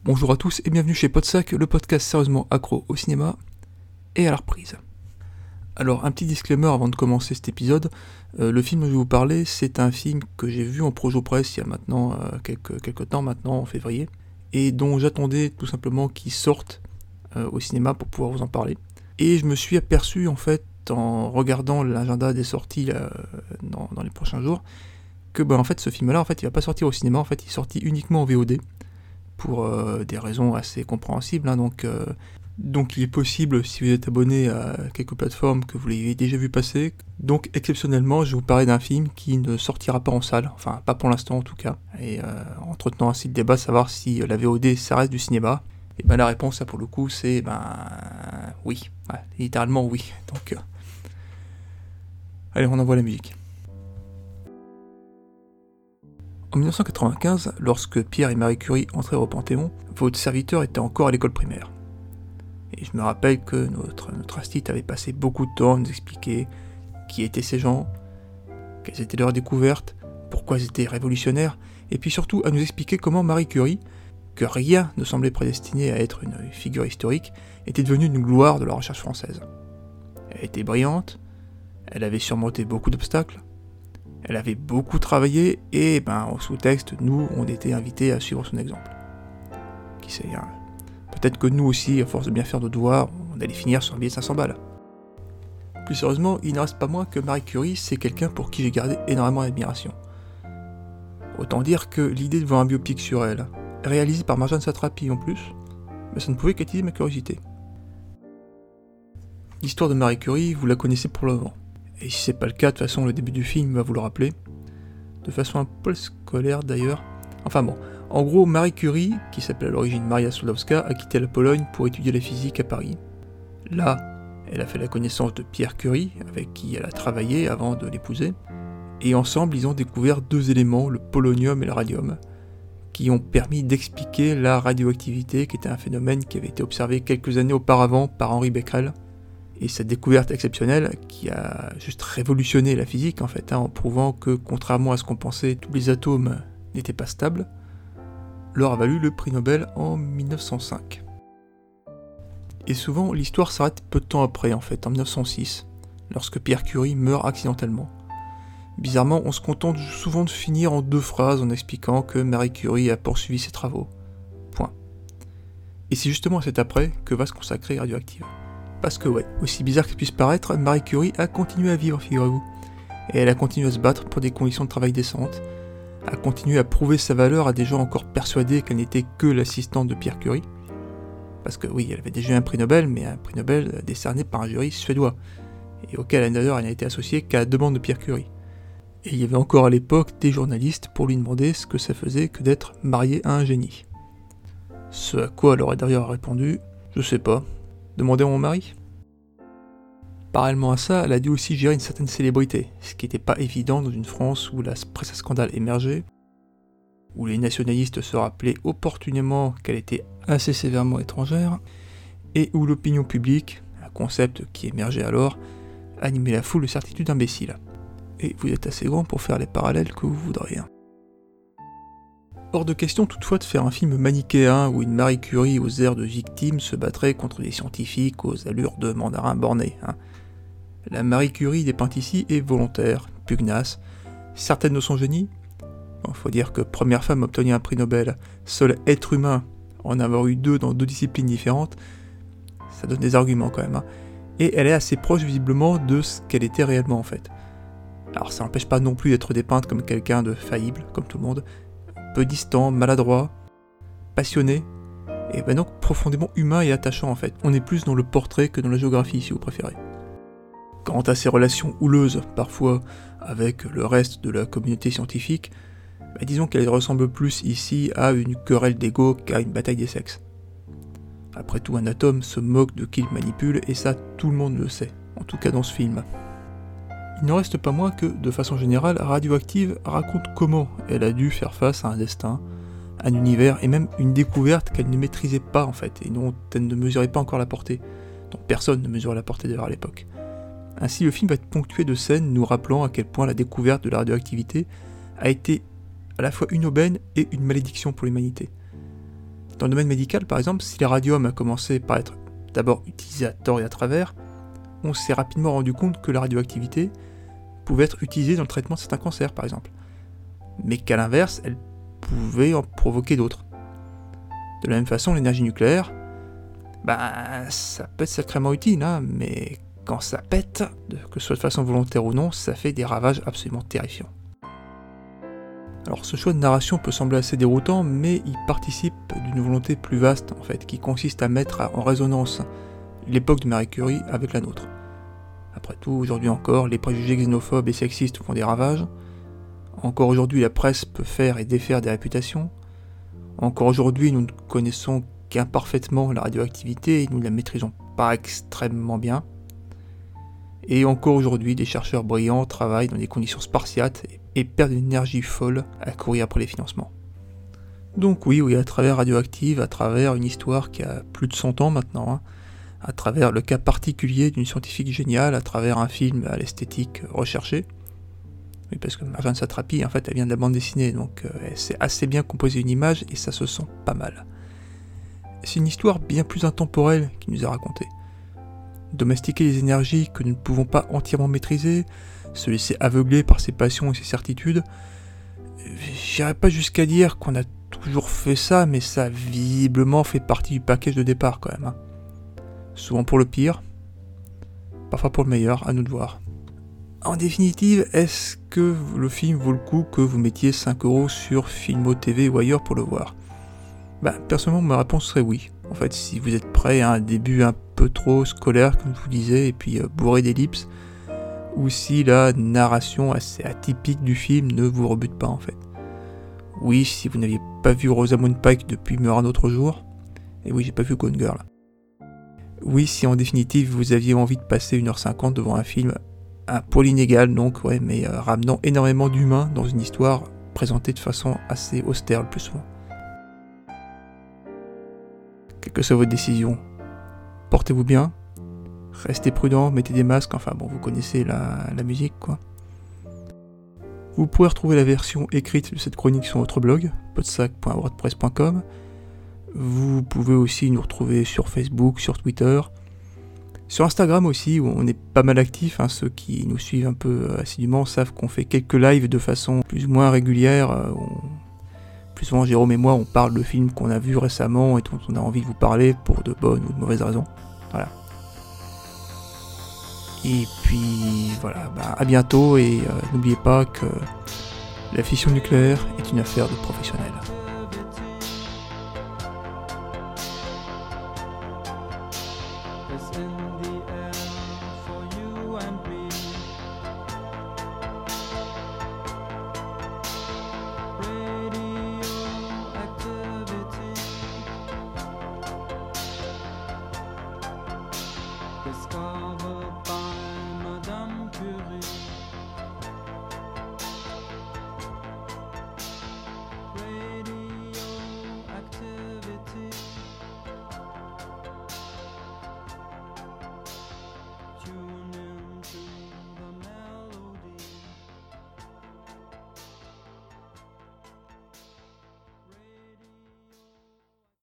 Bonjour à tous et bienvenue chez Podsac, le podcast sérieusement accro au cinéma et à la reprise. Alors un petit disclaimer avant de commencer cet épisode, le film dont je vais vous parler, c'est un film que j'ai vu en Projo Press il y a maintenant quelques temps maintenant, en février, et dont j'attendais tout simplement qu'il sorte au cinéma pour pouvoir vous en parler. Et je me suis aperçu en fait, en regardant l'agenda des sorties dans les prochains jours, que en fait ce film-là, en fait, il va pas sortir au cinéma, en fait il est sorti uniquement en VOD, pour des raisons assez compréhensibles, hein, donc il est possible, si vous êtes abonné à quelques plateformes, que vous l'ayez déjà vu passer. Donc exceptionnellement, je vais vous parler d'un film qui ne sortira pas en salle, enfin pas pour l'instant en tout cas, et entretenant ainsi le débat, savoir si la VOD ça reste du cinéma. Et la réponse là pour le coup c'est oui, ouais, littéralement oui. Donc allez, on envoie la musique. En 1995, lorsque Pierre et Marie Curie entrèrent au Panthéon, votre serviteur était encore à l'école primaire. Et je me rappelle que notre astite avait passé beaucoup de temps à nous expliquer qui étaient ces gens, quelles étaient leurs découvertes, pourquoi ils étaient révolutionnaires, et puis surtout à nous expliquer comment Marie Curie, que rien ne semblait prédestiné à être une figure historique, était devenue une gloire de la recherche française. Elle était brillante, elle avait surmonté beaucoup d'obstacles, elle avait beaucoup travaillé et en sous-texte, nous, on était invités à suivre son exemple. Qui sait, hein, peut-être que nous aussi, à force de bien faire nos devoirs, on allait finir sur un billet de 500 balles. Plus sérieusement, il ne reste pas moins que Marie Curie, c'est quelqu'un pour qui j'ai gardé énormément d'admiration. Autant dire que l'idée de voir un biopic sur elle, réalisé par Marjane Satrapi en plus, ça ne pouvait qu'attiser ma curiosité. L'histoire de Marie Curie, vous la connaissez probablement. Et si c'est pas le cas, de toute façon, le début du film va vous le rappeler. De façon un peu scolaire d'ailleurs. Enfin bon, en gros, Marie Curie, qui s'appelle à l'origine Maria Sklodowska, a quitté la Pologne pour étudier la physique à Paris. Là, elle a fait la connaissance de Pierre Curie, avec qui elle a travaillé avant de l'épouser. Et ensemble, ils ont découvert deux éléments, le polonium et le radium, qui ont permis d'expliquer la radioactivité, qui était un phénomène qui avait été observé quelques années auparavant par Henri Becquerel. Et cette découverte exceptionnelle, qui a juste révolutionné la physique en fait, en prouvant que, contrairement à ce qu'on pensait, tous les atomes n'étaient pas stables, leur a valu le prix Nobel en 1905. Et souvent, l'histoire s'arrête peu de temps après, en fait, en 1906, lorsque Pierre Curie meurt accidentellement. Bizarrement, on se contente souvent de finir en deux phrases en expliquant que Marie Curie a poursuivi ses travaux. Point. Et c'est justement à cet après que va se consacrer Radioactive. Parce que ouais, aussi bizarre que puisse paraître, Marie Curie a continué à vivre, figurez-vous. Et elle a continué à se battre pour des conditions de travail décentes, a continué à prouver sa valeur à des gens encore persuadés qu'elle n'était que l'assistante de Pierre Curie. Parce que oui, elle avait déjà eu un prix Nobel, mais un prix Nobel décerné par un jury suédois, et auquel d'ailleurs elle n'a été associée qu'à la demande de Pierre Curie. Et il y avait encore à l'époque des journalistes pour lui demander ce que ça faisait que d'être mariée à un génie. Ce à quoi elle aurait d'ailleurs répondu « Je sais pas. Demandez à mon mari ?» Parallèlement à ça, elle a dû aussi gérer une certaine célébrité, ce qui n'était pas évident dans une France où la presse à scandale émergeait, où les nationalistes se rappelaient opportunément qu'elle était assez sévèrement étrangère, et où l'opinion publique, un concept qui émergeait alors, animait la foule de certitudes imbéciles. Et vous êtes assez grand pour faire les parallèles que vous voudrez. Hors de question toutefois de faire un film manichéen où une Marie Curie aux airs de victime se battrait contre des scientifiques aux allures de mandarins bornés. La Marie Curie dépeinte ici est volontaire, pugnace, certaine de son génie. Faut dire que première femme à obtenir un prix Nobel, seul être humain en avoir eu deux dans deux disciplines différentes, ça donne des arguments quand même. Et elle est assez proche visiblement de ce qu'elle était réellement en fait. Alors ça n'empêche pas non plus d'être dépeinte comme quelqu'un de faillible, comme tout le monde, peu distant, maladroit, passionné, et donc profondément humain et attachant en fait. On est plus dans le portrait que dans la géographie si vous préférez. Quant à ses relations houleuses, parfois, avec le reste de la communauté scientifique, disons qu'elle ressemble plus ici à une querelle d'ego qu'à une bataille des sexes. Après tout, un atome se moque de qui le manipule, et ça tout le monde le sait, en tout cas dans ce film. Il n'en reste pas moins que, de façon générale, Radioactive raconte comment elle a dû faire face à un destin, un univers et même une découverte qu'elle ne maîtrisait pas en fait, et dont elle ne mesurait pas encore la portée, dont personne ne mesurait la portée d'ailleurs à l'époque. Ainsi, le film va être ponctué de scènes nous rappelant à quel point la découverte de la radioactivité a été à la fois une aubaine et une malédiction pour l'humanité. Dans le domaine médical, par exemple, si les radium a commencé par être d'abord utilisé à tort et à travers, on s'est rapidement rendu compte que la radioactivité pouvait être utilisée dans le traitement de certains cancers, par exemple. Mais qu'à l'inverse, elle pouvait en provoquer d'autres. De la même façon, l'énergie nucléaire, ça peut être sacrément utile, mais quand ça pète, que ce soit de façon volontaire ou non, ça fait des ravages absolument terrifiants. Alors ce choix de narration peut sembler assez déroutant, mais il participe d'une volonté plus vaste, en fait, qui consiste à mettre en résonance l'époque de Marie Curie avec la nôtre. Après tout, aujourd'hui encore, les préjugés xénophobes et sexistes font des ravages. Encore aujourd'hui, la presse peut faire et défaire des réputations. Encore aujourd'hui, nous ne connaissons qu'imparfaitement la radioactivité et nous ne la maîtrisons pas extrêmement bien. Et encore aujourd'hui, des chercheurs brillants travaillent dans des conditions spartiates et perdent une énergie folle à courir après les financements. Donc oui, à travers Radioactive, à travers une histoire qui a plus de 100 ans maintenant, à travers le cas particulier d'une scientifique géniale, à travers un film à l'esthétique recherchée. Oui, parce que Marjane Satrapi, en fait, elle vient de la bande dessinée, donc elle sait assez bien composer une image et ça se sent pas mal. C'est une histoire bien plus intemporelle qui nous est racontée. Domestiquer les énergies que nous ne pouvons pas entièrement maîtriser, se laisser aveugler par ses passions et ses certitudes, j'irais pas jusqu'à dire qu'on a toujours fait ça, mais ça a visiblement fait partie du package de départ quand même. Souvent pour le pire, parfois pour le meilleur, à nous de voir. En définitive, est-ce que le film vaut le coup que vous mettiez 5€ sur Filmo TV ou ailleurs pour le voir ? Personnellement, ma réponse serait oui. En fait, si vous êtes prêt à un début un peu trop scolaire, comme je vous disais, et puis bourré d'ellipses, ou si la narration assez atypique du film ne vous rebute pas en fait. Oui, si vous n'aviez pas vu Rosamund Pike depuis Meurt un autre jour, et oui, j'ai pas vu Gone Girl. Oui, si en définitive vous aviez envie de passer 1h50 devant un film un poil inégal donc, mais ramenant énormément d'humains dans une histoire présentée de façon assez austère le plus souvent. Quelle que soit votre décision, portez-vous bien, restez prudents, mettez des masques, vous connaissez la musique quoi. Vous pourrez retrouver la version écrite de cette chronique sur notre blog, podsac.wordpress.com. Vous pouvez aussi nous retrouver sur Facebook, sur Twitter, sur Instagram aussi, où on est pas mal actifs. Ceux qui nous suivent un peu assidûment savent qu'on fait quelques lives de façon plus ou moins régulière. Plus souvent, Jérôme et moi, on parle de films qu'on a vus récemment et dont on a envie de vous parler pour de bonnes ou de mauvaises raisons. Voilà. Et puis voilà, à bientôt et n'oubliez pas que la fission nucléaire est une affaire de professionnels. As in the